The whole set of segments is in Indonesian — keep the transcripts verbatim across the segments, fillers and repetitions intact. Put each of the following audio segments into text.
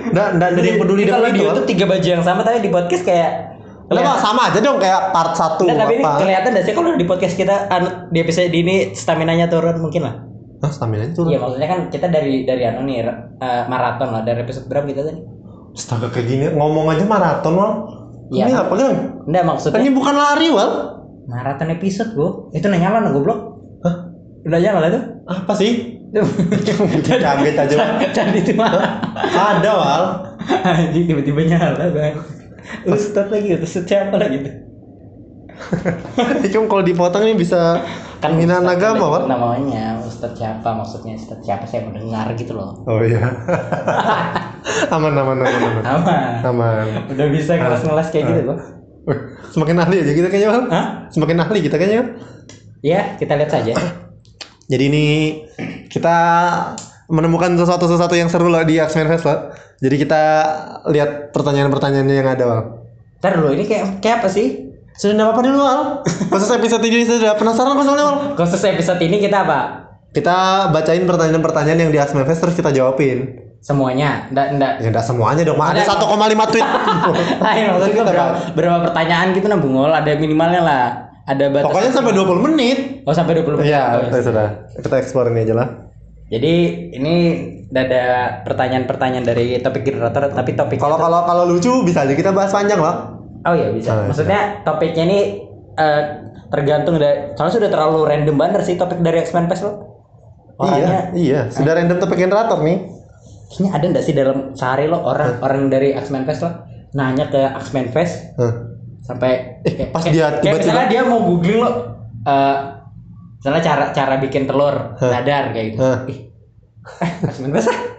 Nggak, nggak ada yang peduli Ini dengan kalau di itu. YouTube tiga baju yang sama tapi di podcast kayak Kenapa sama aja dong kayak part satu Nah, tapi ini apa? kelihatan dah sih kalau di podcast kita anu, di episode ini stamina-nya turun mungkin lah. Hah, stamina itu? Iya maksudnya kan kita dari dari anu nih uh, maraton lah dari episode berapa kita tadi? Astaga kayak gini ngomong aja maraton Wal. Iya. Ini apa kan? Enggak maksudnya. Ini bukan lari Wal. Maraton episode gua. Itu nanya nyala goblok. Hah? Udah nyala itu? Apa sih? Kaget aja. Jadi itu mah. Ada Wal. Anjing tiba-tiba nyala bang. Ustadz lagi, Ustadz siapa lagi tuh? Itu kalau dipotong ini bisa Kan penghinaan Ustadz agama ada Wal. namanya Ustadz siapa maksudnya Ustadz siapa saya mendengar gitu loh. Oh iya. aman aman aman aman. Aman. Aman. Udah bisa ngelas-ngelas kayak gitu loh. Wih, semakin ahli aja kita kayaknya Wal. Hah? Semakin ahli kita kayaknya. Ya kita lihat saja. Jadi ini kita menemukan sesuatu-sesuatu yang seru lah di X-Men Fest lah. Jadi kita lihat pertanyaan-pertanyaannya yang ada Wal. Ntar dulu ini kayak kayak apa sih? Sudah enggak apa-apa dulu Wal. Khusus episode ini sudah penasaran kok soalnya Wal. Khusus episode ini kita apa? Kita bacain pertanyaan-pertanyaan yang di X-Men Fest terus kita jawabin. Semuanya? Nggak, nggak. Ya enggak semuanya dong, ada Ada. satu koma lima tweet. Lain maksud gue berapa, berapa pertanyaan gitu nah Bungol, ada minimalnya lah. Ada batas. Pokoknya sampai dua puluh menit. Oh sampai dua puluh menit. Iya, Oh, itu sudah. Kita explore ini aja lah. Jadi ini udah ada pertanyaan-pertanyaan dari topik generator tapi topik Kalau kalau kalau lucu bisa aja kita bahas panjang loh. Oh iya bisa. Oh, Maksudnya topiknya ini eh, tergantung dari soalnya sudah terlalu random banget sih topik dari X-Men Fest lo. Iya, iya, sudah random topik generator nih. Kayaknya ada nggak sih dalam sehari lo orang orang dari X-Men Fest lo nanya ke X-Men Fest Hah. sampai Eh, pas kayak- dia kayak tiba-tiba- misalnya dia mau googling lo eh misalnya cara cara bikin telur Hah. dadar kayak gitu. Hah. Ih, eh, X-Men Fest ah.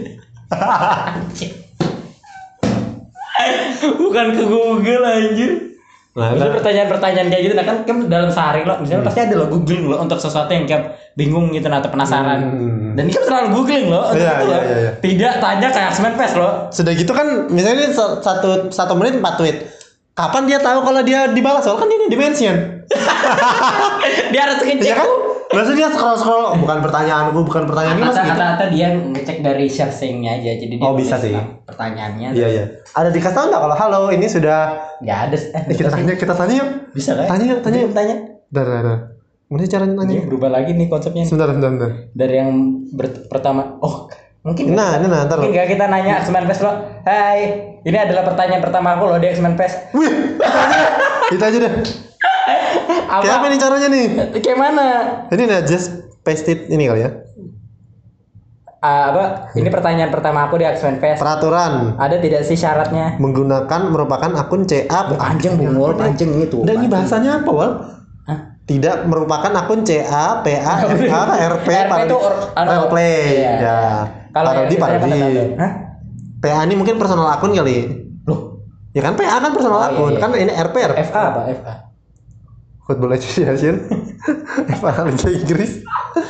Bukan ke Google anjir. Nah, Maksudnya kan- pertanyaan-pertanyaan kayak gitu nah kan kan dalam sehari lo misalnya Hmm. pasti ada lo googling lo untuk sesuatu yang kayak bingung gitu nah, atau penasaran. Hmm. Dan ini kan selalu googling lo untuk Iya, itu iya, lo. iya, iya. Tidak tanya kayak X-Men Fest lo. Sudah gitu kan misalnya ini sa- satu satu menit empat tweet. Kapan dia tahu kalau dia dibalas? Soalnya kan dia di mention. Dia harus ngecek. Iya kan? Maksudnya dia scroll scroll bukan pertanyaanku, bukan pertanyaan mas Atau, gitu. atau, atau dia ngecek dari searching-nya aja jadi dia Oh, bisa nulis sih. pertanyaannya. Iya iya. Ada dikasih tahu nggak kalau halo ini sudah Nggak ada. Eh, eh, kita tanya kita tanya yuk. bisa kan? Tanya yuk, tanya yuk. Tanya. Dar dar dar. Gimana caranya Ini nanya? berubah lagi nih konsepnya. nih. Sebentar sebentar sebentar. Dari yang ber- pertama. Oh, mungkin Nah ini nah ntar. Mungkin gak kita nanya X-Men Fest lo, hai, ini adalah pertanyaan pertama aku loh di X-Men Fest. Wih, kita aja deh. Apa? Kayak apa nih caranya nih? Kayak mana? Ini nih just paste it ini kali ya. Ah, apa? Ini pertanyaan pertama aku di X-Men Fest. Peraturan Ada tidak sih syaratnya? menggunakan merupakan akun C A. Panjang bungul, panjang ini tuh. Dan ini panjang. bahasanya apa Wal? Hah? Tidak merupakan akun C A, P A, F A, R P, R P parodi. itu or- anu- Roleplay. iya. Ya. Kalau Parodi, yang saya parodi. pakai tahu. Hah? P A ini mungkin personal akun kali. Loh, Ya kan P A kan personal Oh, iya, akun. iya. Kan ini R P R. F A apa? F A. Football Association. F A Liga Inggris.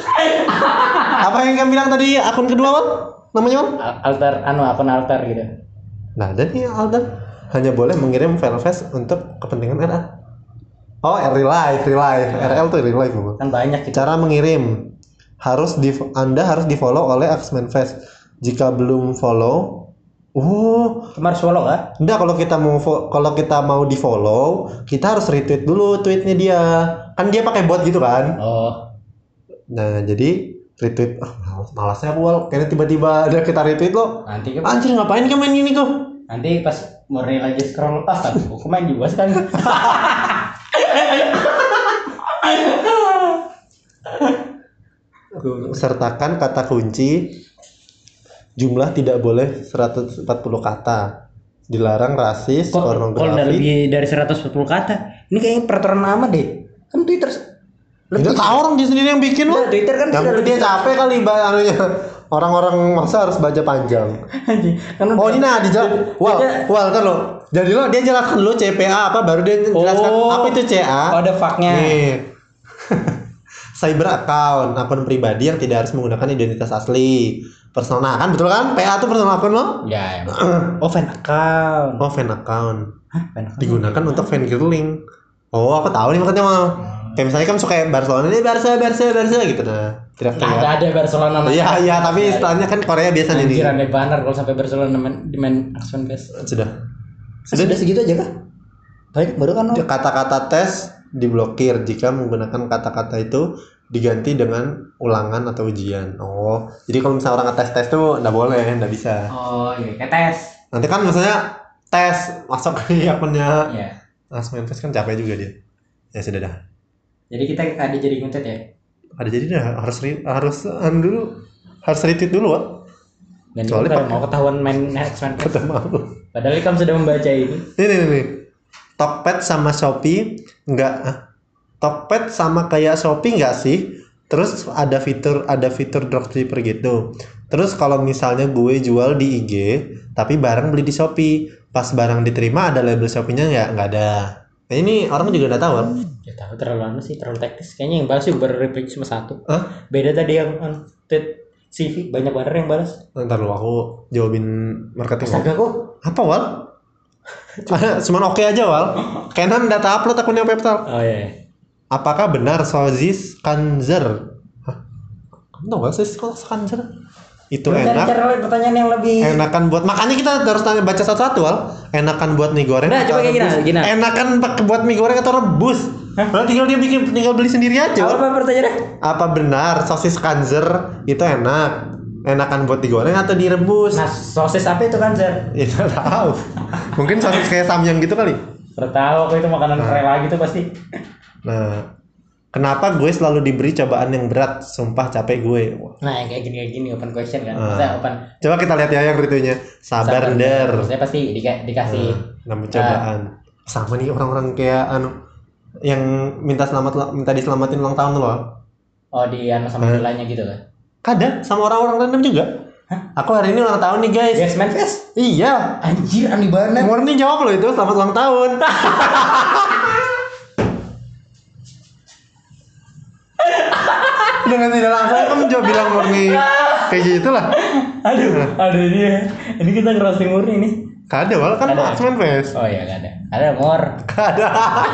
Apa yang kamu bilang tadi akun kedua Wal? Namanya Wal? Al- Alter, anu akun alter gitu. Nah, dan ini Aldan hanya boleh mengirim file fast untuk kepentingan R A. Oh, real life, real life. R L tuh real life, Bro. Kan banyak gitu. Cara mengirim harus di Anda harus di-follow oleh X-Men Fest. Jika belum follow, oh, Cuma harus follow kan? enggak kalau kita mau fo- kalau kita mau di-follow, kita harus retweet dulu tweetnya dia. Kan dia pakai bot gitu kan. Oh. Nah, jadi retweet ah malas, malasnya aku Wal. Kayaknya tiba-tiba ada kita retweet lo. Nanti kan Anjir ngapain kamu main ini kok? nanti pas Murni lagi scroll lepas tapi aku main juga sekali. Sertakan kata kunci jumlah tidak boleh seratus empat puluh kata. Dilarang rasis, Kok kalau udah pornografi. lebih dari seratus empat puluh kata, ini kayaknya peraturan lama deh. Kan Twitter Udah tahu orang dia sendiri yang bikin Nah, loh. Twitter kan Yang sudah dia lebih- capek kali mbak anunya. Orang-orang masa harus baca panjang. Anjing. Kan Oh udah- ini nah dijawab. Wal, Dia- wal kan lo. Jadi lo dia jelaskan lo C P A apa baru dia jelaskan Oh. apa itu C A. Oh, ada faknya. Nih. Cyber account, akun pribadi yang tidak harus menggunakan identitas asli. Personal nah, kan betul kan? P A itu personal akun lo? Ya, emang. Oh, fan account. Oh, fan account. Hah, fan account. Digunakan untuk fan girling. Oh, aku tahu nih maksudnya mal. Kayak misalnya kan suka Barcelona ini Barca Barca Barca gitu nah. Nggak ada ada Barcelona. Iya iya tapi istilahnya kan Korea biasa nih. Anjir aneh banget kalau sampai Barcelona main di main Axman Fest. Sudah. Sudah, Sudah segitu aja kah? Baik baru kan. Kata-kata tes diblokir jika menggunakan kata-kata itu diganti dengan ulangan atau ujian. Oh, jadi kalau misalnya orang ngetes tes tuh nggak boleh, nggak bisa. Oh iya, kayak tes. Nanti kan misalnya tes masuk ke akunnya. Iya. Asmen tes kan capek juga dia. Ya sudah dah. Jadi kita ada jadi nguntet ya? Ada jadi dah harus harus an dulu harus retweet dulu, Wak. Dan soalnya kalau mau ketahuan main Axman Fest. Padahal kamu sudah membaca ini. Nih nih nih. Tokped sama Shopee enggak ah. Tokped sama kayak Shopee enggak sih? Terus ada fitur ada fitur dropshipper gitu. Terus kalau misalnya gue jual di I G tapi barang beli di Shopee, pas barang diterima ada label Shopee-nya enggak? Enggak ada. Nah, ini orang juga udah tahu kan? Ya tahu terlalu lama sih, terlalu teknis. Kayaknya yang balas juga baru reply cuma satu. Hah? Beda tadi yang um, tweet C V banyak banget yang balas. Ntar lu aku jawabin marketing. Astaga kok. Apa Wal? Cuman oke aja Wal. Kenan data upload akunnya Peptal. Oh iya. Apakah benar sosis kanzer? Hah? Kamu tau gak sosis kanzer? Itu Benar, enak. cara pertanyaan yang lebih Enakan buat makanya kita harus tanya baca satu-satu Wal. Enakan buat mie goreng. Nah, coba kayak gini, gini. Enakan buat mie goreng atau rebus? Hah? Tinggal dia bikin tinggal beli sendiri aja. Wal. Apa pertanyaannya? Apa benar sosis kanzer itu enak? Enakan buat digoreng atau direbus? Nah, sosis apa itu kan, Zer? Ya nggak tahu. Mungkin sosis kayak samyang gitu kali. Tertahu aku itu makanan nah. rela gitu pasti. Nah, kenapa gue selalu diberi cobaan yang berat? Sumpah capek gue. Nah, yang kayak gini kayak gini open question kan. Nah. Maksudnya open. Coba kita lihat ya yang retunya. Sabar der. Saya pasti di, dikasih nah, nama cobaan. Uh. Sama nih orang-orang kayak anu yang minta selamat minta diselamatin ulang tahun loh. Oh, di anu sama vilanya gitu kan. Kadang sama orang-orang random juga. Hah? Aku hari ini ulang tahun nih guys. Yes, man fest? Iya. Anjir, aneh banget. Murni jawab loh itu selamat ulang tahun. Dengan tidak langsung kamu jawab bilang Murni kayak gitu lah. Aduh, nah. aduh dia. Ini kita ngerosting Murni nih. Kada wal kan Axman Fest. Oh iya kada. Ada mor. Kada.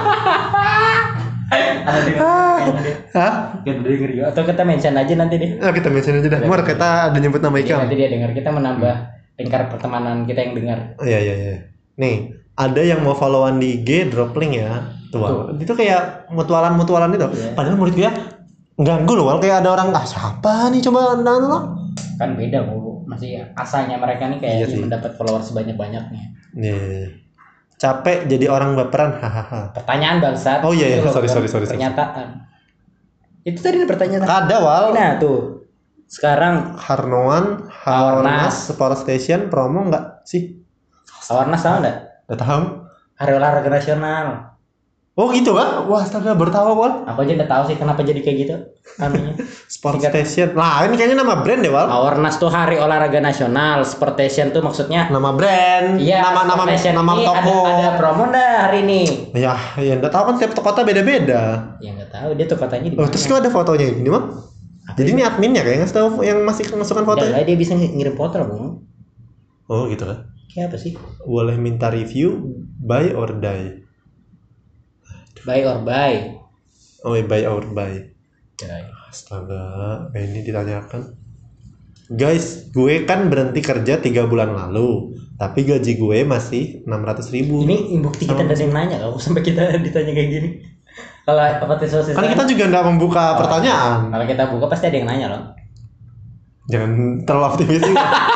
Ada di Hah? Kita denger juga. Atau kita mention aja nanti deh. Ya kita mention aja dah. Mor kita ada nyebut nama Ikam. Nanti dia dengar, kita menambah lingkar pertemanan kita yang dengar. Iya iya iya. Nih, ada yang mau followan di I G drop link ya. Tuh. Tuh. Itu kayak mutualan-mutualan itu. Yeah. Padahal murid dia ganggu loh, kayak ada orang ah siapa nih coba nanya lo. Kan beda Bu. Masih asanya mereka nih kayak iya mendapat follower sebanyak-banyaknya. Nih. Capek jadi orang baperan, hahaha. Pertanyaan bangsat. Oh iya, iya. sorry sorry sorry. Pernyataan. Itu tadi pertanyaan. Ada wal. Nah tuh. Sekarang Harnoan, Harnas, Sport Station promo nggak sih? Harnas tahu nggak? Nggak tahu. Hari olahraga nasional. Oh gitu kan? Wah, astaga baru tahu wal. Aku aja nggak tahu sih kenapa jadi kayak gitu. Namanya. Sport Station. Lah ini kayaknya nama brand deh wal. Harnas tuh hari olahraga nasional. Sport Station tuh maksudnya nama brand. Iya. Nama nama nama toko. Ada, ada promo dah hari ini. Ya, ya nggak tahu kan tiap kota beda-beda. Ya nggak tahu dia tuh kotanya di mana. Oh, terus kok ada fotonya ini mah? Jadi ini adminnya kayak ngasih tahu yang masih masukkan fotonya. Ya, dia bisa ngirim foto lah bung. Oh gitu kan? Kayak apa sih? Boleh minta review buy or die. Buy or buy. Oh, buy or buy. Okay. Astaga, ini ditanyakan. Guys, gue kan berhenti kerja tiga bulan lalu, tapi gaji gue masih enam ratus ribu. Ini bukti kita ada yang nanya kalau sampai kita ditanya kayak gini. Kalau apa tesis kan kita juga nggak membuka oh, pertanyaan. Kalau kita buka pasti ada yang nanya loh. Jangan terlalu optimis.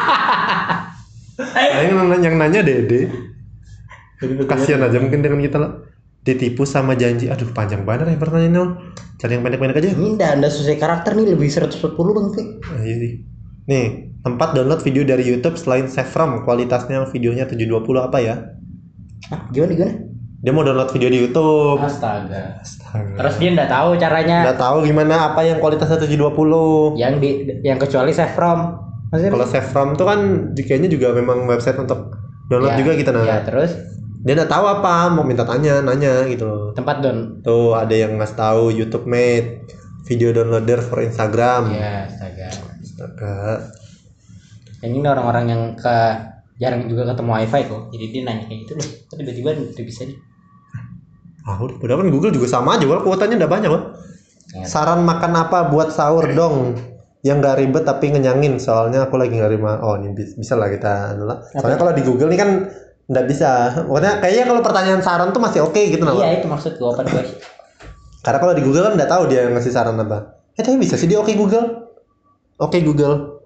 Nah, yang, yang nanya Dede. Kasihan aja mungkin dengan kita lah. Ditipu sama janji. Aduh panjang banget ya pertanyaannya. Cari yang pendek-pendek aja. Ini ndak anda sesuai karakter nih lebih seratus empat puluh bang Fik. Ah, iya sih. Nih tempat download video dari YouTube selain Save From, kualitasnya videonya tujuh dua puluh apa ya? Hah, gimana gimana? Dia mau download video di YouTube. Astaga. Astaga. Terus dia ndak tahu caranya. Ndak tahu gimana apa yang kualitasnya tujuh dua puluh. Yang di yang kecuali Save From. Kalau Save From tuh kan kayaknya juga memang website untuk download ya, juga gitu nah. Ya, terus dia nggak tahu apa, mau minta tanya, nanya gitu loh. Tempat down. Tuh ada yang ngasih tahu YouTube Mate, video downloader for Instagram. Iya, astaga. Astaga. Yang ini orang-orang yang ke jarang juga ketemu wifi kok. Jadi dia nanya kayak gitu loh. Tapi tiba-tiba udah bisa nih. Ah, udah, udah kan Google juga sama aja, wal kuotanya udah banyak, wal. Ya. Saran makan apa buat sahur dong? Yang nggak ribet tapi ngenyangin. Soalnya aku lagi nggak ribet. Oh, ini bis- bisa lah kita anu lah. Soalnya kalau di Google nih kan nggak bisa. Pokoknya kayaknya kalau pertanyaan saran tuh masih oke gitu, nama. Iya, itu maksud gue open question. Karena kalau di Google kan nggak tahu dia ngasih saran apa. Eh, tapi bisa sih dia oke Google. Oke Google.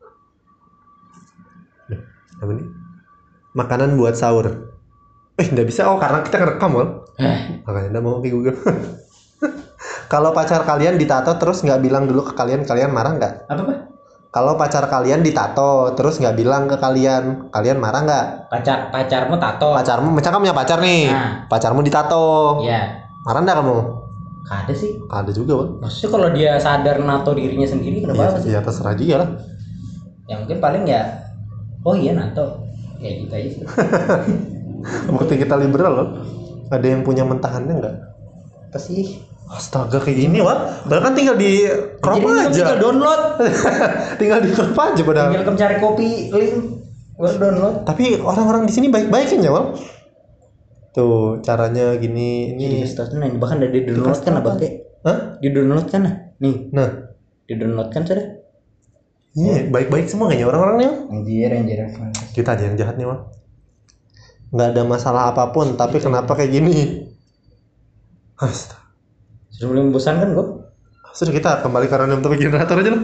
Duh, apa nih? Makanan buat sahur. Eh, nggak bisa. Oh, karena kita ngerekam, wal. Makanya nggak mau oke Google. Kalau pacar kalian ditato terus nggak bilang dulu ke kalian, kalian marah nggak? Apa Pak? Kalau pacar kalian ditato terus nggak bilang ke kalian, kalian marah nggak? Pacar pacarmu tato. Pacarmu, macam kamu punya pacar nih, Nah. pacarmu ditato, Iya. marah nggak kamu? Ada sih. Ada juga, Bang. Maksudnya kalau dia sadar nato dirinya sendiri kenapa Iya, apa sih? iya terserah dia lah. Ya mungkin paling ya, oh iya nato. Ya gitu aja sih. Bukti kita liberal loh. Ada yang punya mentahannya nggak? Apa sih? Astaga kayak gini, Wak. Padahal kan tinggal di crop Jadi aja. tinggal download. Tinggal di crop aja padahal. Tinggal kamu cari kopi link, baru download. Tapi orang-orang di sini baik-baikin ya, Wal. Tuh caranya gini Ini ini. statusnya nah, bahkan udah di download kan abang deh. Hah? Di download kan nah. Nih, Nah, di download kan sudah. iya baik-baik semua kayaknya orang-orangnya. Anjir, anjir. Kita aja yang jahat nih, Wal. Nggak ada masalah apapun, tapi kenapa kayak gini? Astaga. Sudah mulai membosankan kok. Sudah kita kembali ke random topik generator aja lah.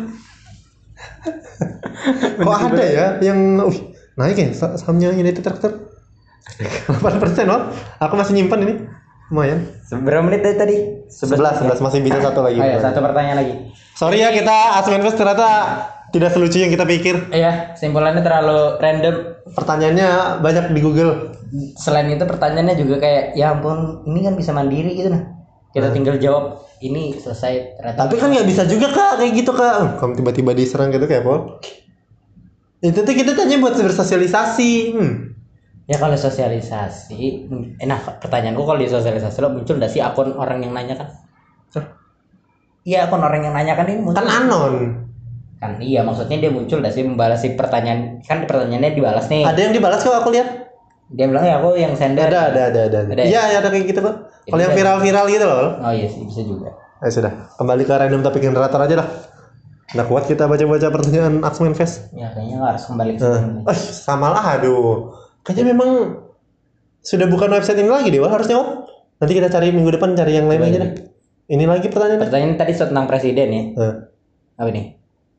Kok ada ya yang wih, naik ya sa- sahamnya United Tractor delapan persen, Wal. Aku masih nyimpan ini. Lumayan. Berapa menit tadi tadi? sebelas, sebelas masih bisa satu lagi. Oh ya, satu pertanyaan lagi. Sorry ya kita Asmen Fest ternyata tidak selucu yang kita pikir. Iya, simpulannya terlalu random. Pertanyaannya banyak di Google. Selain itu pertanyaannya juga kayak ya ampun, ini kan bisa mandiri gitu nah. Kita tinggal jawab ini selesai ternyata. Tapi kan nggak bisa juga kak kayak gitu kak. Hmm, kamu tiba-tiba diserang gitu kayak apa? Itu tuh kita tanya buat bersosialisasi. Hmm. Ya kalau sosialisasi, eh, nah pertanyaanku kalau di sosialisasi lo muncul nggak sih akun orang yang nanya kan? Hah? Iya akun orang yang nanya kan ini muncul. Kan anon. Kan iya maksudnya dia muncul nggak sih membalas si pertanyaan kan pertanyaannya dibalas nih. Ada yang dibalas kok aku lihat. Dia bilang ya aku yang sender. Ada ada ada ada. Ada ya? Iya ya, ada kayak gitu kok. Kalau yang Ada. viral-viral gitu loh. Oh iya sih bisa juga. Eh sudah kembali ke random topik generator aja lah. Nggak kuat kita baca-baca pertanyaan Axman Fest. Ya kayaknya harus kembali ke Nah, sini. eh sama lah aduh. Kayaknya memang sudah bukan website ini lagi deh, Wal, harusnya Wal. Nanti kita cari minggu depan cari yang lain Coba aja ini. deh. Ini lagi pertanyaan. Pertanyaan tadi tentang presiden ya. Nah, Apa nih?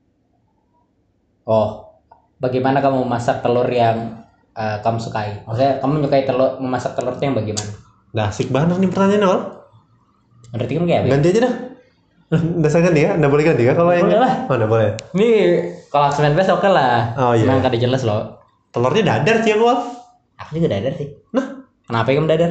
Oh, bagaimana kamu memasak telur yang uh, kamu sukai? Maksudnya kamu menyukai telur memasak telur itu yang bagaimana? dah asik banget nih pertanyaannya, Wal. Berarti kamu kayak apa? Ganti aja dah. Udah saya ganti ya? Nggak boleh ganti ya kalau yang Boleh lah. Oh, nggak boleh. Ini kalau Semen Fest oke lah. Oh, iya. Memang kada jelas loh. Telurnya dadar sih aku, Wal. Aku juga dadar sih. Nah, Kenapa kamu dadar?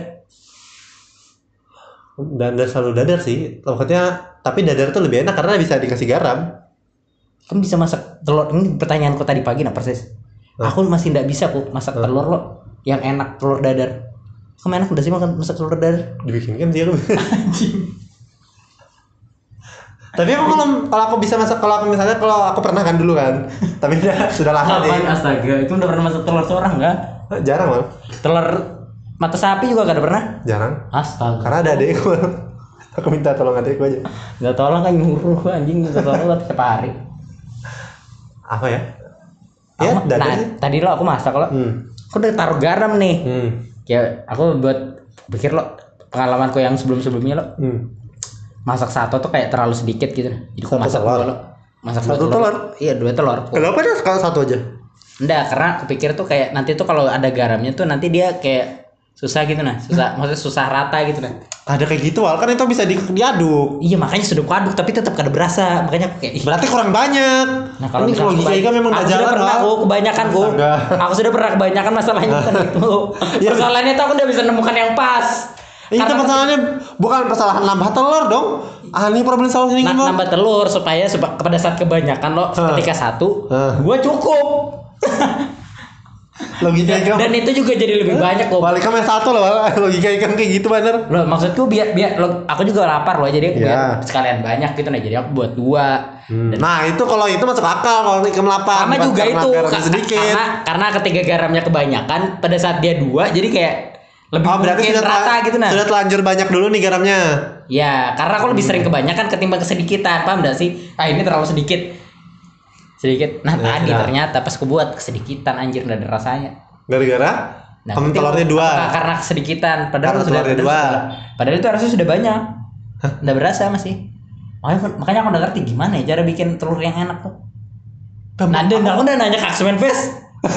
dadar selalu dadar sih. Maksudnya tapi dadar tuh lebih enak karena bisa dikasih garam. Kamu bisa masak telur? Ini pertanyaanku tadi pagi nah persis. Hah? Aku masih tidak bisa kok masak Hah? telur lo yang enak telur dadar. Kamu enak udah sih makan masak telur dadar? Dibikinkan sih aku. Tapi aku kalau kalau aku bisa masak kalau aku misalnya kalau aku pernah kan dulu kan. Tapi udah sudah lama Apaan deh. astaga? Itu udah pernah masak telur seorang kan? Jarang, Wal. Telur mata sapi juga gak ada pernah? Jarang. Astaga. Karena ada adekku. Aku minta tolong adekku aja. Gak tolong kan nyuruh anjing minta tolong tiap hari. Apa ya? Ya, Aku- dadar nah, sih. tadi lo aku masak lo. Hmm. Aku udah taruh garam nih. Hmm. Ya aku buat pikir lo pengalamanku yang sebelum-sebelumnya lo Hmm. masak satu tuh kayak terlalu sedikit gitu. Jadi aku Satu masak telur. dua lo. Masak Satu dua telur? Iya, dua telur. Kenapa dia kalau satu aja? Enggak, karena aku pikir tuh kayak nanti tuh kalau ada garamnya tuh nanti dia kayak susah gitu nah. Susah, maksudnya susah rata gitu nah. Ada kayak gitu, Wal. Kan itu bisa di, diaduk. Iya, makanya sudah aku aduk tapi tetap kada berasa. Makanya aku kayak ih. Berarti kurang banyak. Nah kalau ini misalnya logika kebany- Ika memang aku udah sudah jalan, pernah Wal. aku kebanyakan ku. Astaga. Aku sudah pernah kebanyakan masalahnya bukan itu. Ya, Persoalannya tuh aku udah bisa nemukan yang pas. Itu Karena masalahnya bukan kesalahan nambah telur dong. Ah, ini problem selalu sini na- gimana? nambah telur supaya seba- pada saat kebanyakan lo ketika satu, Hah. gua cukup. Logika Dan, Ika. dan itu juga jadi lebih banyak kok. Balik kamu yang satu loh, Wal. Logika Ika kayak gitu bener. Loh, maksudku biar biar lo, aku juga lapar loh, jadi aku Iya. biar sekalian banyak gitu nah. Jadi aku buat dua. Dan Nah, itu kalau itu masuk akal kalau Ika melapar. sama bukan juga karena itu garamnya ka- sedikit. karena karena ketika garamnya kebanyakan pada saat dia dua jadi kayak lebih Oh, berarti mungkin sudah rata telan- gitu nah. Sudah telanjur banyak dulu nih garamnya. Ya, karena aku lebih sering kebanyakan ketimbang kesedikitan, paham gak sih? Ah ini terlalu sedikit, sedikit. Nah Ya, tadi sudah. ternyata pas aku buat kesedikitan anjir nggak ada rasanya. Gara-gara Nah, kamu berarti telurnya aku- dua. apakah karena kesedikitan, padahal Karena sudah telurnya padahal, dua. sudah- padahal itu harusnya sudah banyak, nggak berasa masih. Makanya, makanya aku udah ngerti gimana ya cara bikin telur yang enak tuh. Nah, dan aku udah nanya ke Axeman Face.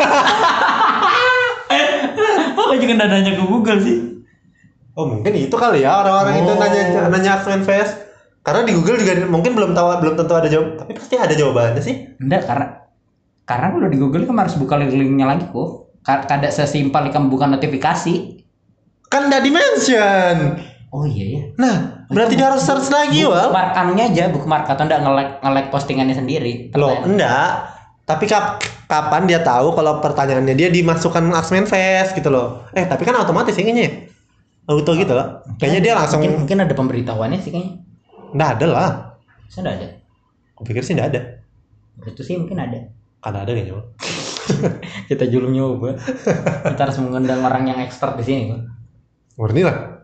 Aku juga udah nanya ke Google sih. Oh mungkin itu kali ya orang-orang itu Oh. nanya nanya Axeman Fest. Karena di Google juga mungkin belum tahu belum tentu ada jawab, tapi pasti ada jawabannya sih. Enggak, karena karena kalau di Google kamu harus buka link-linknya lagi kok. Ka- Kada sesimpel kamu buka notifikasi. Kan udah di-mention. Oh iya ya. Nah, berarti dia harus search lagi, Wal. Bookmarkannya aja, bookmark atau enggak nge-like nge-like postingannya sendiri. Loh, Pertanyaan. enggak. Tapi kap kapan dia tahu kalau pertanyaannya dia dimasukkan Axeman Fest gitu loh. Eh, tapi kan otomatis ya kayaknya. ya. Auto gitu loh. Kayaknya dia langsung mungkin, mungkin ada pemberitahuannya sih kayaknya. enggak ada lah. Saya enggak ada. Aku pikir sih enggak ada. Itu sih mungkin ada. Kan ada kayaknya. Wal. Kita julung nyoba. Kita harus mengundang orang yang expert di sini, Bang. Murni lah.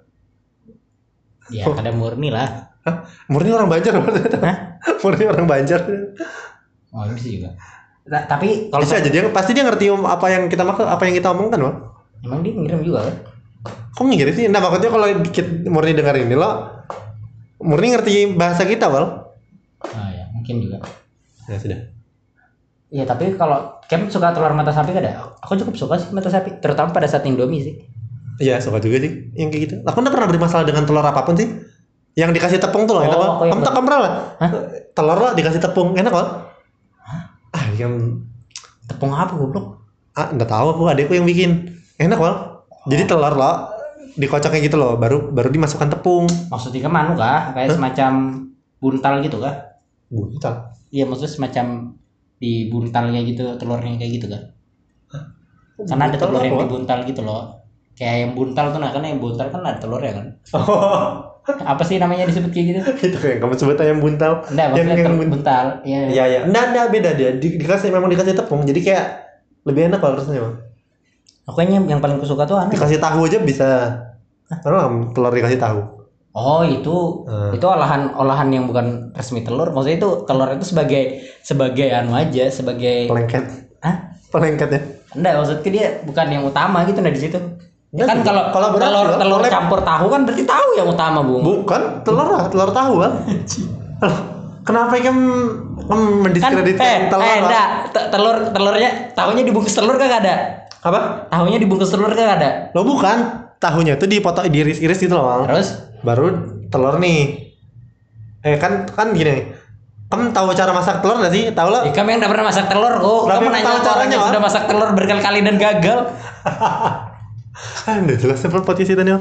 Ya, ada murni lah. Hah? Murni orang Banjar. Wal. Hah? Murni orang Banjar. Oh, bisa juga. Ta- tapi kalau Bisa aja dia pasti dia ngerti om- apa yang kita maksud, apa yang kita omongkan, Wal. emang dia ngirim juga kan? Kok ngirim sih? Nah, maksudnya kalau dikit Murni dengar ini lo Murni ngerti bahasa kita, Wal. Ah ya, mungkin juga. Ya sudah. Iya, tapi kalau Kem suka telur mata sapi kan ada? Aku cukup suka sih mata sapi, terutama pada saat Indomie sih. Iya, suka juga sih yang kayak gitu. Aku enggak pernah bermasalah dengan telur apapun sih. Yang dikasih tepung tuh loh, enak, Oh, Wal. aku yang Kamu tak pernah lah. Hah? Telur lo dikasih tepung, enak, Wal. Ah, yang Tepung apa goblok? ah enggak tahu aku, adekku yang bikin. Enak, Wal. Jadi telur lo dikocoknya gitu loh, baru baru dimasukkan tepung. Maksudnya kemana kah? Kayak semacam buntal gitu kah? Buntal. Iya, maksudnya semacam dibuntalnya gitu, telurnya kayak gitu kan? Karena ada Buntal telur yang apa? dibuntal gitu loh. Kayak yang buntal tuh, nah kan yang buntal kan ada telurnya kan? Oh, Apa sih namanya disebut kayak gitu? itu kayak kamu sebut ayam buntal. Enggak, yang maksudnya yang telur bun- buntal. Iya. Iya, iya. Enggak, enggak beda dia. Di, dikasih memang dikasih tepung. Jadi kayak lebih enak kalau rasanya, Bang. Aku kayaknya yang paling kusuka tuh aneh. Dikasih tahu aja bisa. Karena telur dikasih tahu. Oh, itu Hmm. itu olahan olahan yang bukan resmi telur. Maksudnya itu telur itu sebagai sebagai anu aja, sebagai Pelengket. Hah? Pelengket ya. Enggak, maksudnya dia bukan yang utama gitu nah di situ. Ya Enggak kan juga. kalau Kolaborasi telur lah, telur collab. campur tahu kan berarti tahu yang utama, Bung. Bukan telur lah, telur tahu kan. Loh, kenapa kamu kamu Kan eh, mendiskreditkan telur? eh Wal? enggak, Te- telur telurnya tahunya dibungkus telur kan ada. Apa? Tahunya dibungkus telur kan ada. Lo bukan. Tahunya itu dipotong, diiris-iris gitu loh, Wal. Terus Baru telur nih. Eh kan kan gini. Kamu tahu cara masak telur gak sih? Tahu lo? ya, kamu yang udah pernah masak telur kok. Lah, Kamu memang nanya tahu ke orang caranya, yang Wal. sudah masak telur berkali-kali dan gagal. Ah, udah jelas ya potensi tadi.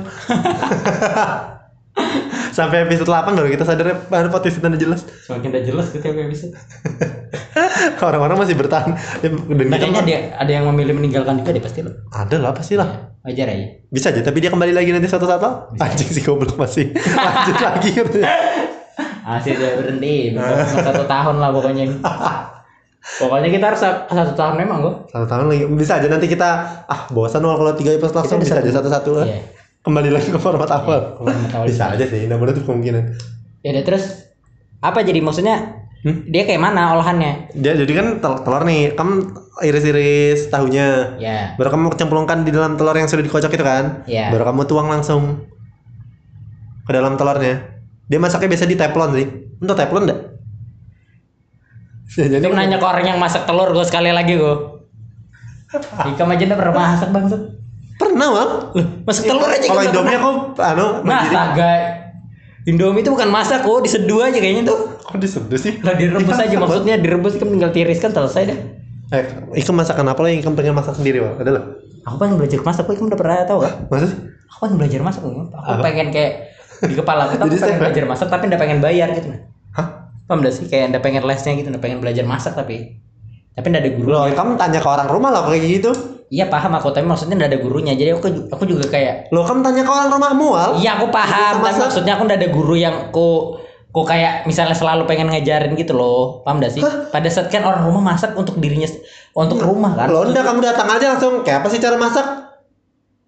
Sampai episode delapan baru kita sadar ya, baru potensi tadi jelas. Semakin udah jelas gitu ya bisa. Orang-orang masih bertahan. Ya, dan Nah, kita kayaknya mah- ada ada yang memilih meninggalkan juga deh pasti lo. ada lah pastilah. Wajar aja. Bisa aja, tapi dia kembali lagi nanti suatu saat lo. Anjing sih goblok masih. Lanjut lagi katanya. Asli udah berhenti. Belum satu tahun lah pokoknya. Pokoknya kita harus sa- satu tahun memang kok. Satu tahun lagi bisa aja nanti kita ah bosan Wal kalau tiga episode langsung Kita bisa bisa aja satu-satu lah. Iya. Kembali lagi ke format awal. ke format awal. Bisa aja sih, enggak menutup kemungkinan. Ya udah terus apa jadi maksudnya? Hmm? Dia kayak mana olahannya? Dia jadi kan tel- telur nih, kamu iris-iris tahunya. Ya. Baru kamu cemplungkan di dalam telur yang sudah dikocok itu kan. Iya. Baru kamu tuang langsung ke dalam telurnya. Dia masaknya biasa di teflon sih. Untuk teflon enggak? Ya, jadi Itu nanya ke orang yang masak telur gue sekali lagi gue. Ikam aja udah pernah masak bangsat. pernah Mal. Masak telur aja Kalau kan Indomie aku anu Nah, mandiri. astaga. Indomie itu bukan masak kok, diseduh aja kayaknya tuh. Kok diseduh sih? Lah direbus Dimasak, aja Bal. maksudnya direbus kan tinggal tiriskan selesai dah. Eh, Ikem masakan apa lo yang Ikem pengen masak sendiri, Mal? Ada lah. Aku pengen belajar masak, kok kamu udah pernah tahu kan? Masa sih? Aku pengen belajar masak, Bung. Aku Apa? pengen kayak di kepala aku tuh Jadi aku pengen chef, belajar masak tapi nggak pengen bayar gitu nah. Hah? Paham gak sih? Kayak nggak pengen lesnya gitu, nggak pengen belajar masak tapi tapi nggak ada guru. Lo, kamu tanya ke orang rumah lah kayak gitu. Iya paham aku, tapi maksudnya nggak ada gurunya. Jadi aku aku juga kayak Lo, kamu tanya ke orang rumahmu, Al. iya aku paham, Bisa tapi masak. maksudnya aku nggak ada guru yang ku ku kayak misalnya selalu pengen ngajarin gitu loh. Paham gak sih? Hah? Pada saat kan orang rumah masak untuk dirinya untuk rumah kan. Lo, enggak, kamu datang aja langsung. Kayak apa sih cara masak?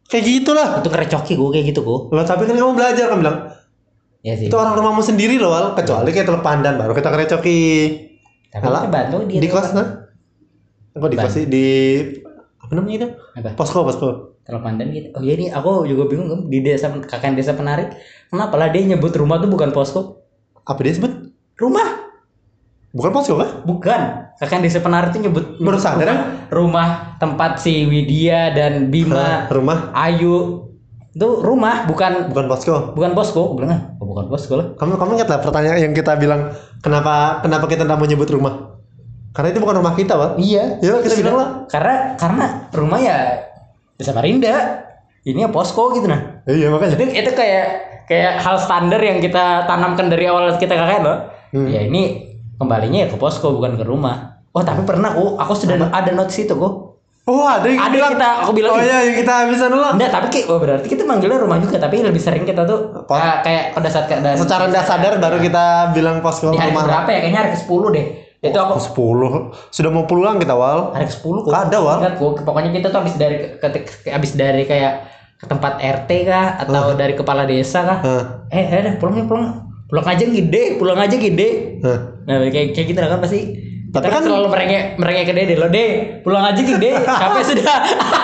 Kayak gitulah. Itu ngerecoki gue kayak gitu gue. Loh, tapi kan kamu belajar kan bilang. Ya sih. Itu orang rumahmu sendiri loh, Wal. Kecuali kayak Teluk Pandan baru kita ngerecoki. Tapi Alah, kita bantu dia. di tuh, kelas kan. nah. Kok di kelas sih di apa namanya itu? Apa? Posko, posko. Teluk Pandan gitu. Oh iya nih, aku juga bingung kan di desa kakak desa Penarik. Kenapa lah dia nyebut rumah tuh bukan posko? Apa dia sebut? Rumah. Bukan posko kan? Bukan. Kakak desa Penarik tuh nyebut, Baru nyebut sadar, rumah, rumah tempat si Widya dan Bima, Hah, rumah Ayu. Itu rumah, bukan bukan posko. bukan posko. Aku bilang, ah, oh, bukan posko lah. Kamu kamu ingat lah pertanyaan yang kita bilang kenapa kenapa kita tidak mau nyebut rumah? Karena itu bukan rumah kita, Wal. Iya. Ya kita bilang lah. Karena karena rumah ya desa Marinda. Ini ya posko gitu nah. Iya makanya. Jadi itu kayak kayak hal standar yang kita tanamkan dari awal kita kakak loh. Hmm. Ya ini kembalinya ya ke posko bukan ke rumah. Oh tapi pernah kok, aku sudah ada notice itu kok. Oh ada yang Ada bilang. kita, aku bilang Oh gitu. iya yang kita habisan dulu. Enggak, tapi kayak oh berarti kita manggilnya rumah juga, tapi lebih sering kita tuh Pos- kayak kayak pada saat keadaan Secara tidak sadar baru kita bilang posko di hari rumah. berapa ya? Kayaknya hari ke sepuluh deh. Itu aku sepuluh sudah mau pulang kita, Wal. hari ke sepuluh kok. Ada, Wal. Ingat kok, pokoknya kita tuh habis dari ke, ke, habis dari kayak ke tempat R T kah atau dari kepala desa kah? Hah. Eh, eh dah pulang ya pulang. Pulang aja gede, pulang aja gede. Hah. Nah, kayak kayak gitu lah kan pasti. Kita Tapi kan, kan- selalu merengek merengek ke Dede, lo deh, pulang aja gede, capek sudah.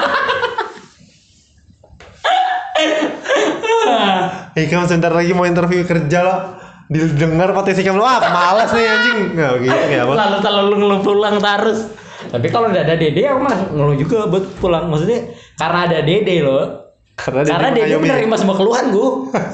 Eh kamu sebentar lagi mau interview kerja lo. Didengar potensi kamu, wah malas nih anjing. Nggak gitu kayak apa? Lalu selalu ngeluh pulang terus. Tapi kalau udah ada Dede, aku malah ngeluh juga buat pulang. Maksudnya karena ada Dede loh. Karena Karena Dede mengayomi. menerima semua keluhan gue.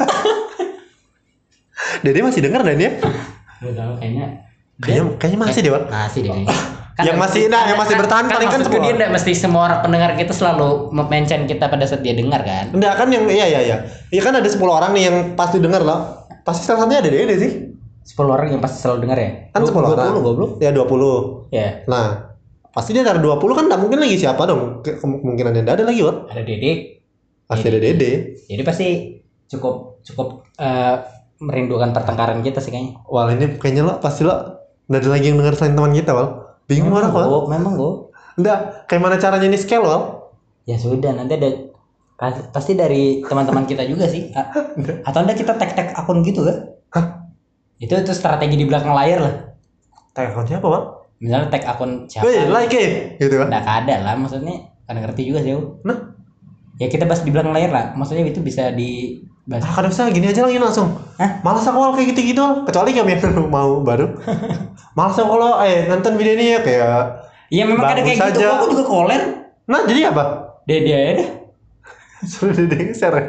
Dede masih dengar dan ya? Gak tahu kayaknya. Kayaknya kayaknya masih deh, Wal. Masih deh. Yang masih- nah, yang masih bertahan paling kan maksudku semua dia orang. nggak mesti semua orang pendengar kita selalu mention kita pada saat dia dengar kan. Enggak kan yang iya iya iya. Iya kan ada sepuluh orang nih yang pasti dengar loh. Pasti salah satunya ada Dede sih. sepuluh orang yang pasti selalu dengar ya. Kan sepuluh orang. dua puluh goblok. Ya dua puluh. Ya. Nah, pasti dia dari dua puluh kan enggak mungkin lagi siapa dong? Ke- Kemungkinan dia ada lagi, Wal. Ada Dede. Pasti ada Dede. Jadi pasti cukup cukup eh, merindukan pertengkaran kita sih kayaknya. Wal ini kayaknya lo pasti lo enggak ada lagi yang dengar selain teman kita, Wal. Bingung orang, Wal. Gua, memang gue. Enggak, kayak mana caranya ini scale, Wal? Ya sudah nanti ada pas- pasti dari teman-teman kita juga sih. A- Atau enggak kita tag-tag akun gitu kan? Hah? Itu itu strategi di belakang layar lah. Tag akunnya apa, Wal? Misalnya tag akun siapa? Wih, like eh, gitu kan. Nggak ada lah, maksudnya kan ngerti juga sih aku. Nah, Ya kita bahas di belakang layar lah. Maksudnya itu bisa dibahas. ah, kadang usah gini aja lagi langsung. Hah? Malas aku Wal, kayak gitu-gitu, Wal. Kecuali kami yang mau baru. Malas aku kalau eh nonton video ini ya kayak. Iya memang ada Bagus kayak gitu. aja. Aku juga koler. Nah, jadi apa? Dede aja deh. Suruh Dede share.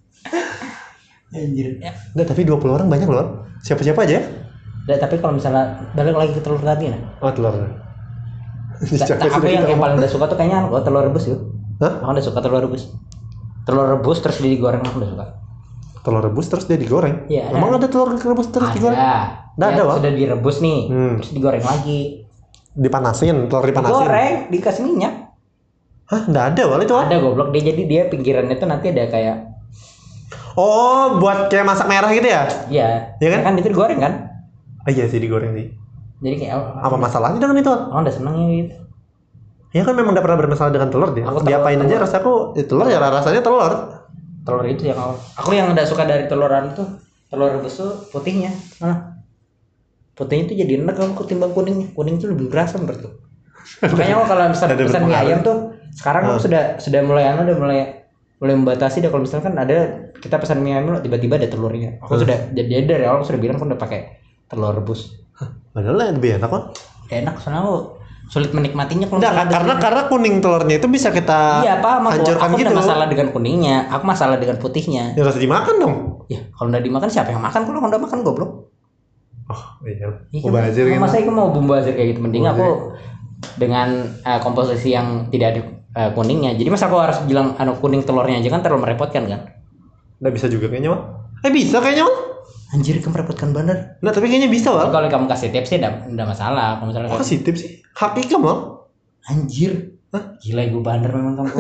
Anjir. Ya. Enggak, tapi dua puluh orang banyak loh. Wal. Siapa-siapa aja. Nah, tapi kalau misalnya balik lagi ke telur tadi nah. Oh, telur. Ta- ta- aku yang, yang paling udah suka tuh kayaknya anu, telur rebus yuk. Hah? Aku udah suka telur rebus. Telur rebus terus dia digoreng aku udah suka. Telur rebus terus dia digoreng. Iya, Emang ada. ada telur rebus terus digoreng? Ada. Nggak Ya, ada, Wal. sudah direbus nih, Hmm. terus digoreng lagi. Dipanasin, telur dipanasin. Digoreng, dikasih minyak. Hah, enggak ada, Wal itu. Wal. Ada goblok dia, jadi dia pinggirannya tuh nanti ada kayak Oh, buat kayak masak merah gitu ya? ya, Iya kan? kan itu digoreng kan? Ah, iya sih digoreng sih. Jadi kayak oh, Apa masalahnya dengan itu? Wal? aku udah seneng ya gitu. Ya kan memang udah pernah bermasalah dengan telur dia. Aku Diapain telur- aja telur. rasaku ya telur ya rasanya telur. Telur itu yang aku, aku yang udah suka dari teluran tuh telur rebus tuh putihnya. Nah, putihnya tuh jadi enak kalau ketimbang kuningnya. Kuning tuh lebih berasa menurutku. Makanya aku kalau misalnya Ada pesan mie berpengaruh. ayam tuh sekarang aku Ah. sudah sudah mulai anu udah mulai mulai membatasi deh kalau misalkan ada kita pesan mie ayam tiba-tiba ada telurnya. Aku Ah. sudah jadi dari awal aku sudah bilang aku udah pakai telur rebus. Padahal lebih enak kok. Enak soalnya aku sulit menikmatinya kalau Enggak, misalnya ada karena telurnya. karena kuning telurnya itu bisa kita Iya paham aku, hancurkan aku gitu. udah masalah dengan kuningnya, aku masalah dengan putihnya. Ya harus dimakan dong. Ya kalau udah dimakan siapa yang makan? Kalau nggak makan goblok. Oh, iya. Iya, Mubazir gitu. masa itu mau bumbu azir kayak gitu mending Mubazir. aku dengan eh, komposisi yang tidak ada eh, kuningnya. Jadi masa aku harus bilang anu kuning telurnya aja kan terlalu merepotkan kan? Nggak bisa juga kayaknya, Wal. Eh bisa kayaknya, Wal. Anjir kamu merepotkan bener. Nah, tapi kayaknya bisa, Tapi Wal. kalau kamu kasih tips sih enggak masalah. Kalau misalnya Kok kayak, kasih tips sih? Hak ikam, Wal. anjir. Gila ibu bandar memang kamu.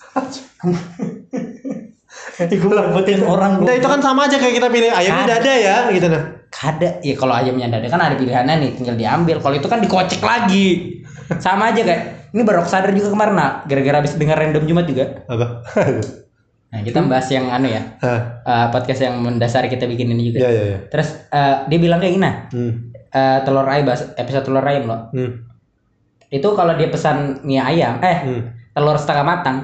Ibu merepotin orang. Nah, itu kan sama aja kayak kita pilih ayamnya Kan. dada ya, gitu nah. Kada, ya kalau ayamnya dada kan ada pilihannya nih, tinggal diambil. Kalau itu kan dikocek lagi. Sama aja kayak ini baru aku sadar juga kemarin nak, gara-gara habis dengar random Jumat juga. Apa? Nah, kita bahas yang anu ya. Hah. Uh, podcast yang mendasari kita bikin ini juga. Iya, iya, iya. Terus uh, dia bilang kayak gini. Hmm. Uh, telur ayam bahas episode telur ayam loh. Hmm. Itu kalau dia pesan mie ayam, eh Hmm. telur setengah matang.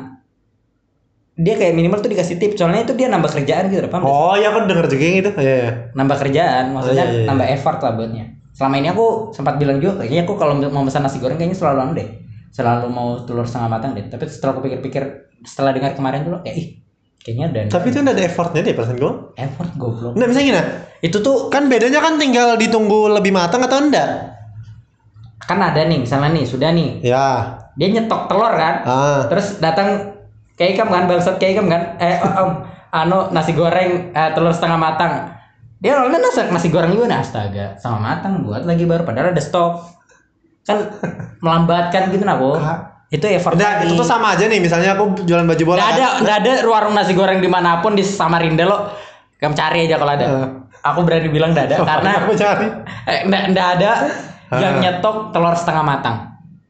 Dia kayak minimal tuh dikasih tip, soalnya itu dia nambah kerjaan gitu, paham? Oh, ya aku denger juga yang itu. Iya, iya. Nambah kerjaan, maksudnya Oh, iya, iya, iya. nambah effort lah buatnya. Selama ini aku sempat bilang juga, kayaknya aku kalau mau pesan nasi goreng kayaknya selalu anu deh. Selalu mau telur setengah matang deh. Tapi setelah aku pikir-pikir, setelah dengar kemarin tuh, kayak ih, kayaknya ada. Tapi itu nggak ada effortnya deh perasaan gue. Effort goblok. Nggak bisa gini. Itu tuh Kan bedanya kan tinggal ditunggu lebih matang atau enggak? kan ada nih, misalnya nih, sudah nih. Ya. Dia nyetok telur kan. Ah. Terus datang kayak ikam kan, bangsat kayak ikam kan. Eh, om, anu nasi goreng eh, telur setengah matang. Dia awalnya nasi, nasi goreng juga, nah astaga, sama matang buat lagi baru padahal ada stok. Kan melambatkan gitu nah, Bu. Itu effort. Udah, itu tuh sama aja nih, misalnya aku jualan baju bola. Nggak kan? ada, nggak ada warung nasi goreng dimanapun di Samarinda lo. Kamu cari aja kalau ada. Uh. Aku berani bilang nggak ada karena aku cari. eh, nggak, nggak ada yang nyetok telur setengah matang.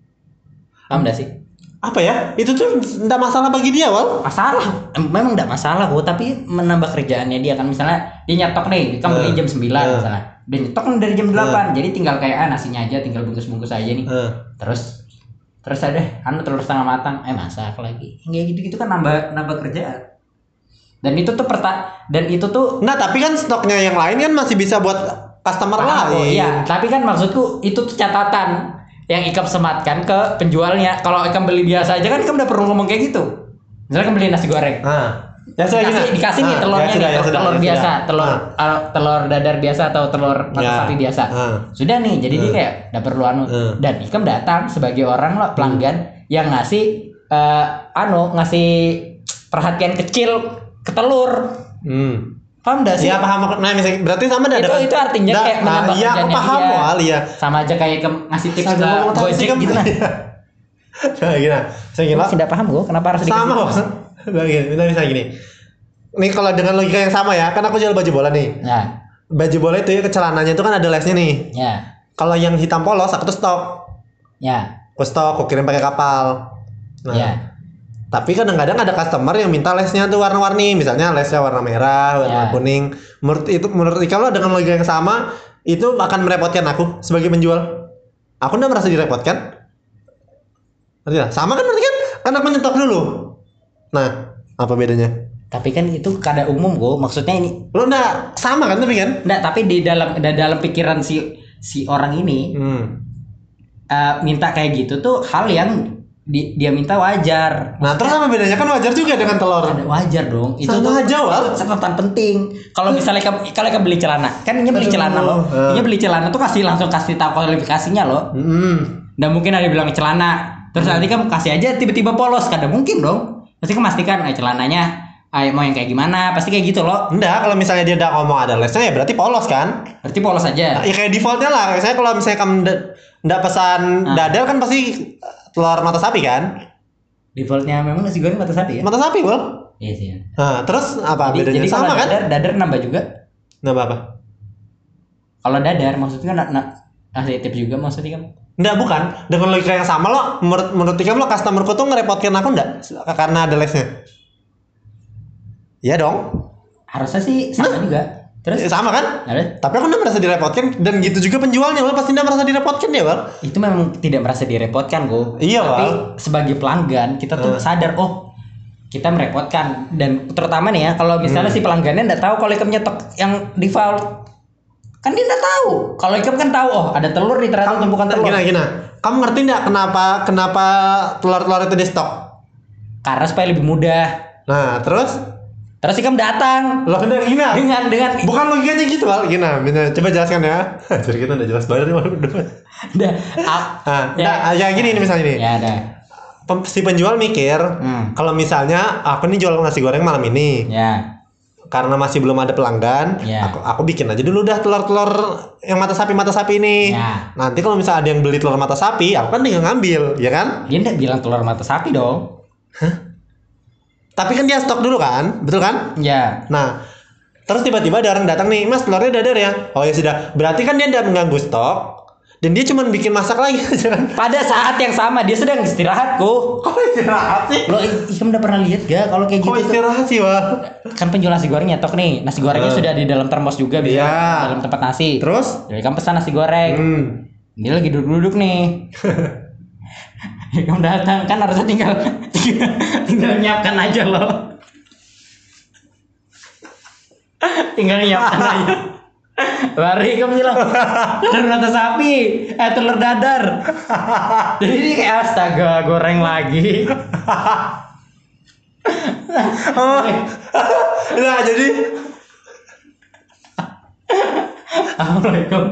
Paham nggak sih? Apa ya? Itu tuh enggak masalah bagi dia, Wal. Masalah, memang enggak masalah kok, tapi menambah kerjaannya dia kan. Misalnya dia nyetok nih, kan beli Uh. jam sembilan Uh. misalnya. Dia nyetok kan dari jam delapan, jadi tinggal kayak ah, nasinya aja tinggal bungkus-bungkus aja nih. Uh. Terus terus ada anu telur setengah matang, eh masak lagi. Kayak gitu-gitu kan nambah nambah kerjaan. Dan itu tuh perta dan itu tuh Nah, tapi kan stoknya yang lain kan masih bisa buat customer paham, oh, lain. iya, tapi kan maksudku itu tuh catatan yang Ikam sematkan ke penjualnya. Kalau Ikam beli biasa aja kan Ikam udah perlu ngomong kayak gitu. Misalnya Ikam beli nasi goreng. Nah, ya sudah dikasih, gini. dikasih nih Ah, telurnya ya sudah, nih, ya sudah, telur ya biasa, sudah. telur Ah. uh, telur dadar biasa atau telur mata Ya. sapi biasa. Ah. Sudah nih, jadi dia Ah. kayak udah perlu anu. Ah. Dan Ikam datang sebagai orang lo pelanggan yang ngasih uh, anu ngasih perhatian kecil ke telur. Hmm. Paham gak sih? Iya, paham. Nah, misalnya berarti sama dah. Itu dengan- itu artinya Nah, kayak nah, menambah iya, aku kerjaannya paham, dia. Wal, iya. Sama aja kayak Ikam ngasih tips Saya ke ngomong taksi Gojek kan. gitu nah. Nah, gini. Saya gila. Tidak paham gue kenapa harus dikasih Sama, tips? Wal. Nah, gini, kita bisa gini. Nih kalau dengan logika yang sama ya, kan aku jual baju bola nih. Ya, Baju bola itu ya celananya itu kan ada lesnya nih. ya, Kalau yang hitam polos aku tuh stok. ya, Aku stok, aku kirim pakai kapal. Nah, ya. tapi kadang-kadang ada customer yang minta lesnya tuh warna-warni, misalnya lesnya warna merah, warna Ya. kuning. Menurut itu menurut Ika lo dengan logika yang sama itu akan merepotkan aku sebagai penjual. Aku nggak merasa direpotkan. Ngerti nggak? Sama kan berarti kan? Kan aku nyetok dulu. Nah, apa bedanya? Tapi kan itu kada umum gue. Maksudnya ini Lo nggak sama kan tapi kan? enggak, tapi di dalam da- dalam pikiran si si orang ini Hmm. uh, minta kayak gitu tuh hal yang di- dia minta wajar. Nah, terus apa bedanya? Kan wajar juga dengan telur. Ada wajar dong. Itu Sama tuh aja, Wal. itu catatan penting. Kalau misalnya kamu kalau kamu beli celana, kan ini beli Aduh. celana loh. Eh. Ini beli celana tuh kasih langsung kasih tahu kualifikasinya loh. Hmm. Dan mungkin ada yang bilang celana. Terus nanti kamu kasih aja tiba-tiba polos, kadang mungkin dong. Pasti kamu pastikan eh, celananya ah, mau yang kayak gimana, pasti kayak gitu loh. Enggak, kalau misalnya dia udah ngomong ada lesnya ya berarti polos kan? Berarti polos aja. Ya kayak defaultnya lah. Misalnya kalau misalnya kamu nda- nggak pesan Ah. dadar kan pasti telur mata sapi kan? Defaultnya memang nasi goreng mata sapi ya. Mata sapi, Bol. Iya sih. Nah, terus apa Jadi, bedanya? jadi Sama kalau kan? dadar, dadar nambah juga. Nambah apa? Kalau dadar maksudnya nak nak kasih tips juga maksudnya kan. Enggak, bukan. Dengan logika yang sama lo, menurut menurut Tika lo customerku tuh ngerepotkan aku enggak karena ada lesnya? Iya dong. Harusnya sih sama juga. Eh, Terus sama kan? ada Tapi aku enggak merasa direpotkan dan gitu juga penjualnya, Bal. Pasti enggak merasa direpotkan ya, Bal. itu memang tidak merasa direpotkan gue. Iya, Tapi Wal. sebagai pelanggan kita tuh Eh. sadar oh kita merepotkan dan terutama nih ya kalau misalnya Hmm. si pelanggannya nggak tahu kalau ikam nyetok yang default kan dia nggak tahu. Kalau ikam kan tahu oh ada telur nih ternyata tumpukan telur. Gina, gina. Kamu ngerti enggak kenapa kenapa telur-telur itu di stok? Karena supaya lebih mudah. Nah, terus Terus ikam datang lo udah gina. dengan dengan Bukan logikanya gitu, Bal. Gina, Bina, coba jelaskan ya. Jadi kita udah jelas banget nih malu berdua. Dah, ah, Nah, ya. nah, ya gini nih misalnya nih. ya ada. Pem- Si penjual mikir, Hmm. kalau misalnya aku nih jual nasi goreng malam ini, Ya. karena masih belum ada pelanggan, Ya. aku, aku bikin aja dulu dah telur-telur yang mata sapi mata sapi ini. Ya. Nanti kalau misalnya ada yang beli telur mata sapi, aku kan tinggal ngambil, ya kan? Dia nggak bilang telur mata sapi dong. Tapi kan dia stok dulu kan, betul kan? Ya. Nah, terus tiba-tiba ada orang datang nih, Mas telurnya dadar ya? Oh ya sudah, berarti kan dia tidak mengganggu stok Dan dia cuma bikin masak lagi aja kan. Pada saat yang sama dia sedang istirahat kok. Kok istirahat sih? Lo Ikam udah pernah lihat gak kalau kayak Kok gitu tuh? istirahat sih, Wal? Kan penjual nasi goreng nyetok nih, nasi gorengnya Hmm. sudah di dalam termos juga bisa Iya. dalam tempat nasi. Terus? Jadi Ikam pesan nasi goreng. Hmm. Dia lagi duduk-duduk nih. Ikam datang kan harusnya tinggal tinggal, tinggal nyiapkan aja loh. Tinggal nyiapkan aja. Lari Ikam bilang telur mata sapi, eh telur dadar. Jadi dia kayak astaga goreng lagi. Oh. Nah, jadi Assalamualaikum.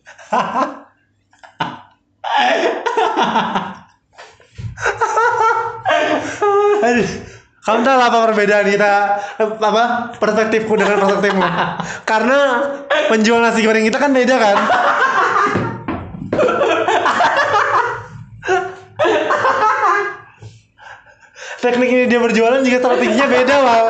aduh, kamu tahu apa perbedaan kita apa perspektifku dengan perspektifmu? Karena penjual nasi goreng kita kan beda kan? Teknik ini dia berjualan juga strateginya beda, Wal.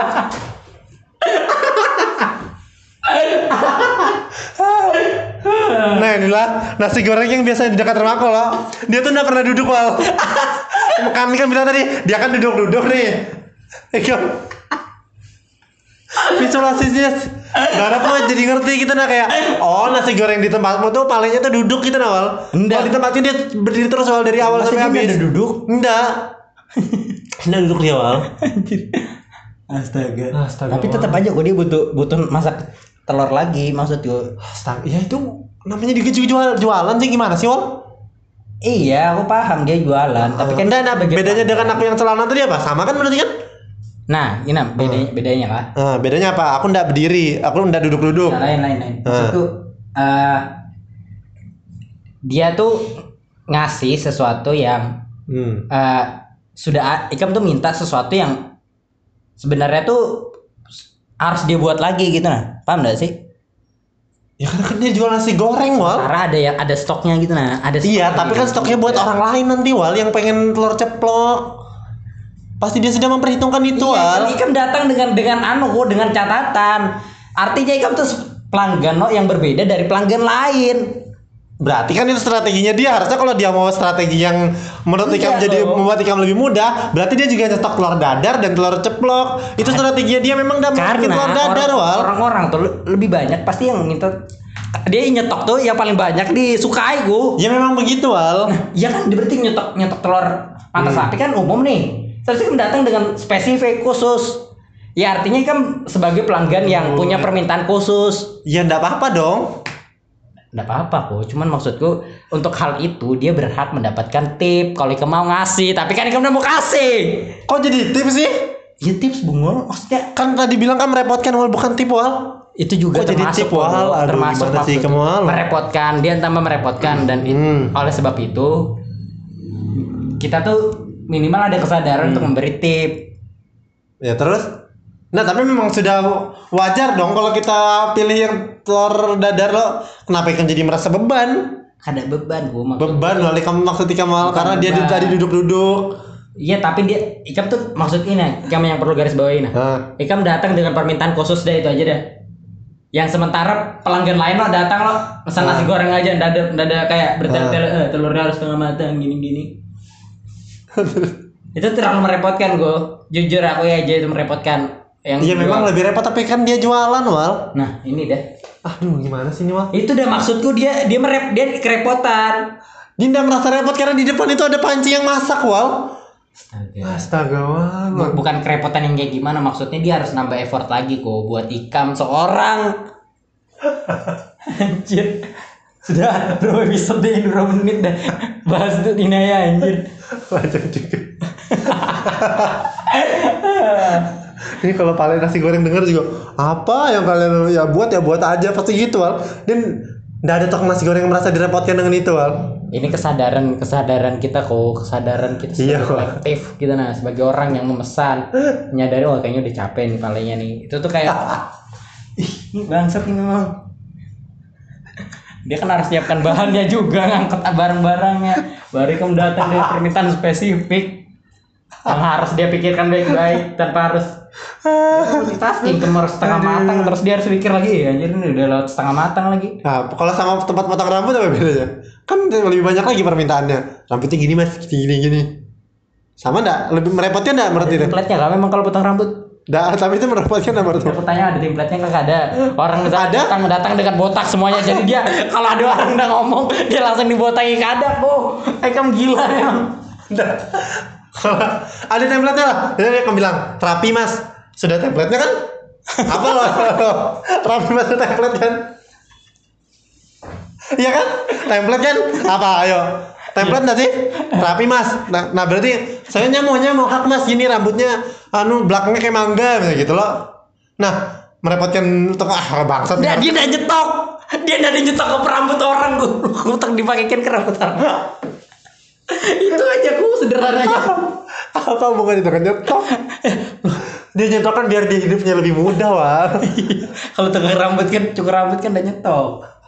Nah inilah nasi goreng yang biasa di dekat rumahku loh. Dia tuh nggak pernah duduk, Wal. Kami kan bilang tadi dia kan duduk-duduk nih. Eko. Visualisasinya Barat mah jadi ngerti gitu nah kayak oh nasi goreng di tempatmu tuh palingnya tuh duduk gitu nah, Wal. Enggak. Kalau di tempatnya dia berdiri terus, Wal, dari awal Masa sampai dia habis. nggak ada duduk? Enggak. Enggak duduk dia, Wal. Astaga. Astaga, Tapi Wal. tetap aja gue dia butuh butuh masak telur lagi maksud gue. Astaga, ya itu namanya juga jual jualan sih gimana sih, Wal? Iya, aku paham dia jualan, tapi kan Enggak, nah, sebagai bedanya dengan pelanggan. aku yang celana tadi apa? Sama kan berarti kan? Nah, ini bedanya bedanya lah. Nah, bedanya apa? Aku enggak berdiri, aku enggak duduk-duduk. Nah, lain lain lain. Ah. Maksudku eh, dia tuh ngasih sesuatu yang Hmm. eh, sudah Ikam tuh minta sesuatu yang sebenarnya tuh harus dia buat lagi gitu nah. Paham enggak sih? Ya karena kan dia jual nasi goreng, Wal. Karena ada yang ada stoknya gitu nah. Ada Iya, stoknya tapi gitu. kan stoknya buat orang lain nanti, Wal, yang pengen telur ceplok. Pasti dia sudah memperhitungkan itu, Wal. Iya, Ikam datang dengan dengan anu dengan catatan. Artinya Ikam tuh pelanggan no, yang berbeda dari pelanggan lain. Berarti kan itu strateginya dia. Harusnya kalau dia mau strategi yang menurut Iya Ikam jadi dong. membuat Ikam lebih mudah, berarti dia juga nyetok telur dadar dan telur ceplok. Itu strateginya dia memang udah mau bikin Karena telur dadar, orang- Wal. orang-orang tuh le- lebih banyak pasti yang minta dia nyetok tuh yang paling banyak disukai gua. Ya memang begitu, Wal. Iya kan dia berarti nyetok nyetok telur mata Hmm. sapi kan umum nih. Terus Ikam datang dengan spesifik khusus. Ya artinya kan sebagai pelanggan yang Oh, punya iya. permintaan khusus. Ya enggak apa-apa dong. Nggak apa-apa kok, cuman maksudku untuk hal itu dia berhak mendapatkan tip kalau Ikam mau ngasih, tapi kan Ikam udah mau kasih. Kok jadi tips sih? Ya tips bungul, maksudnya Kan tadi bilang kan merepotkan, Wal, bukan tip, Wal. itu juga Kok jadi termasuk tip, Wal? kok, Aduh, termasuk gimana sih, maksud- Ikam, Wal? merepotkan, dia tambah merepotkan dan it- Hmm. oleh sebab itu kita tuh minimal ada kesadaran untuk memberi tip. Ya terus? Nah tapi memang sudah wajar dong kalau kita pilih yang telur dadar lo. Kenapa ikan jadi merasa beban? Ada beban gua maksud. Beban wali kamu maksud Ikam, Wal, Bukan karena dia beban. tadi duduk-duduk. Iya tapi dia Ikam tuh maksud ini, Ikam yang perlu garis bawahi nah. Nah, Ikam datang dengan permintaan khusus deh itu aja deh. Yang sementara pelanggan lain lo datang lo pesan nasi goreng aja, ndak ada ndak ada kayak bertele-tele eh, telurnya harus setengah matang gini-gini. Itu terlalu merepotkan gue. Jujur aku ya aja itu merepotkan. Yang iya jual. memang lebih repot tapi kan dia jualan, Wal. Nah ini deh. Aduh gimana sih ini, Wal? Itu udah maksudku dia dia merep dia kerepotan. Dia nggak merasa repot karena di depan itu ada panci yang masak, Wal. Astaga, Wal. Bu- Bukan kerepotan yang kayak gimana, maksudnya dia harus nambah effort lagi kok buat Ikam seorang. Anjir. Sudah berapa episode deh, berapa menit dah bahas itu ini ya anjir. Wajar juga. Ini kalau kalian nasi goreng denger juga apa yang kalian ya buat ya buat aja pasti gitu, Wal. Dan nggak ada tukang nasi goreng yang merasa direpotkan dengan itu, Wal. Ini kesadaran kesadaran kita kok, kesadaran kita Iya, sebagai kolektif gitu nah, sebagai orang yang memesan menyadari oh kayaknya udah capek nih palenya nih. Itu tuh kayak ih, ini bangsat nih memang. Dia kan harus siapkan bahannya juga, ngangkut barang-barangnya. Baru kamu datang dengan permintaan spesifik yang harus dia pikirkan baik-baik tanpa harus Dia multitasking kemar setengah matang terus dia harus mikir lagi ya. Jadi ini udah lewat setengah matang lagi. Nah, kalau sama tempat potong rambut apa bedanya? Kan lebih banyak lagi permintaannya. Rambutnya gini mas, gini gini gini. Sama enggak? Lebih merepotkan enggak menurut Ada itu? template-nya kan memang kalau potong rambut. Enggak, tapi itu merepotkan enggak menurut itu? Aku tanya ada template-nya kagak ada. Orang Ada? datang datang dengan botak semuanya. Jadi dia kalau ada orang udah ngomong dia langsung dibotakin kada, Bu. Eh kamu gila ya. Ada template-nya lah. Jadi dia akan bilang, "Rapi, Mas." Sudah template-nya kan? Apa loh? Rapi Mas sudah template kan? Iya kan? Template kan? Apa? Ayo. Template enggak sih? Rapi Mas. Nah, nah berarti saya maunya mau hak Mas gini rambutnya anu belakangnya kayak mangga misalnya gitu loh. Nah, merepotkan untuk ah bangsat. Dia dia udah nyetok. Dia udah nyetok ke rambut orang gua. Gua dipakaikan ke rambut orang. Itu aja gua sederhananya. Apa bukan itu kan nyetok? Dia nyetok kan biar dia hidupnya lebih mudah, Wal. Kalau tukang rambut kan cukur rambut kan udah nyetok.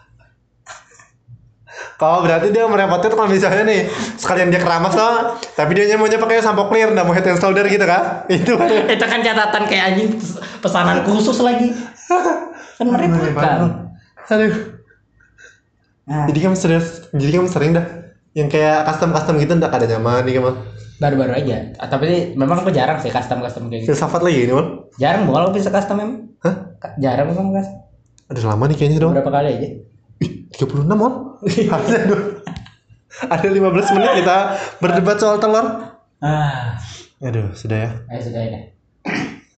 Kalau berarti dia merepotkan kalau misalnya nih sekalian dia keramas loh, tapi dia maunya pakai sampo clear, nggak mau head and shoulder gitu kan? Itu Itu kan catatan kayak anjing pesanan khusus lagi. Kan merepotkan. Aduh. Nah, Jadi kamu sering, jadi kamu sering dah yang kayak custom custom gitu ndak ada nyaman nih kamu. baru-baru aja. Ah, tapi memang aku jarang sih custom-custom kayak gitu. Filsafat lagi ini mal. Jarang gua kalau bisa custom memang. Hah? Ka- Jarang memang custom. Ada lama nih kayaknya dong. Berapa kali aja. Ih, tiga puluh enam mal. Ada aduh. Ada lima belas menit kita berdebat soal telur. Ah, Aduh, sudah ya. ayo sudah ya.